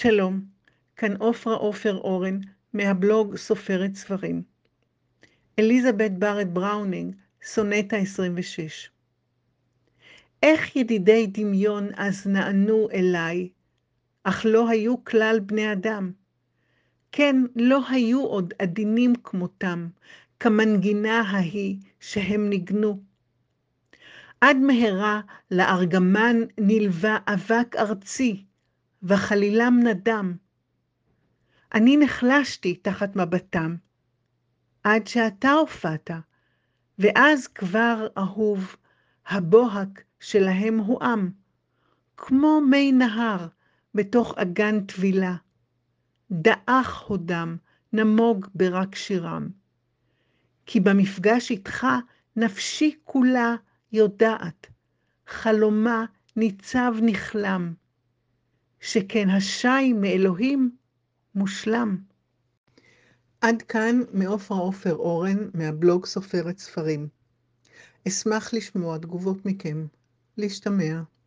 שלום, כאן עופרה עופר אורן מהבלוג סופרת ספרים. אליזבת בארט בראונינג, סונטה 26. איך ידידי דמיון אז נענו אליי, אך לא היו כלל בני אדם. כן, לא היו עוד עדינים כמותם, כמנגינה ההיא שהם ניגנו. עד מהרה לארגמן נלווה אבק ארצי, וחלילם נדם. אני נחלשתי תחת מבטם, עד שאתה הופעת, ואז כבר אהוב, הבוהק שלהם הועם, כמו מי נהר בתוך אגן טבילה. דעך הודם, נמוג ברק שירם. כי במפגש איתך נפשי כולה יודעת, חלומה ניצב נכלם, שכן השי מאלוהים מושלם. עד כאן מעופרה עופר אורן מהבלוג סופרת ספרים. אשמח לשמוע תגובות מכם. להשתמע.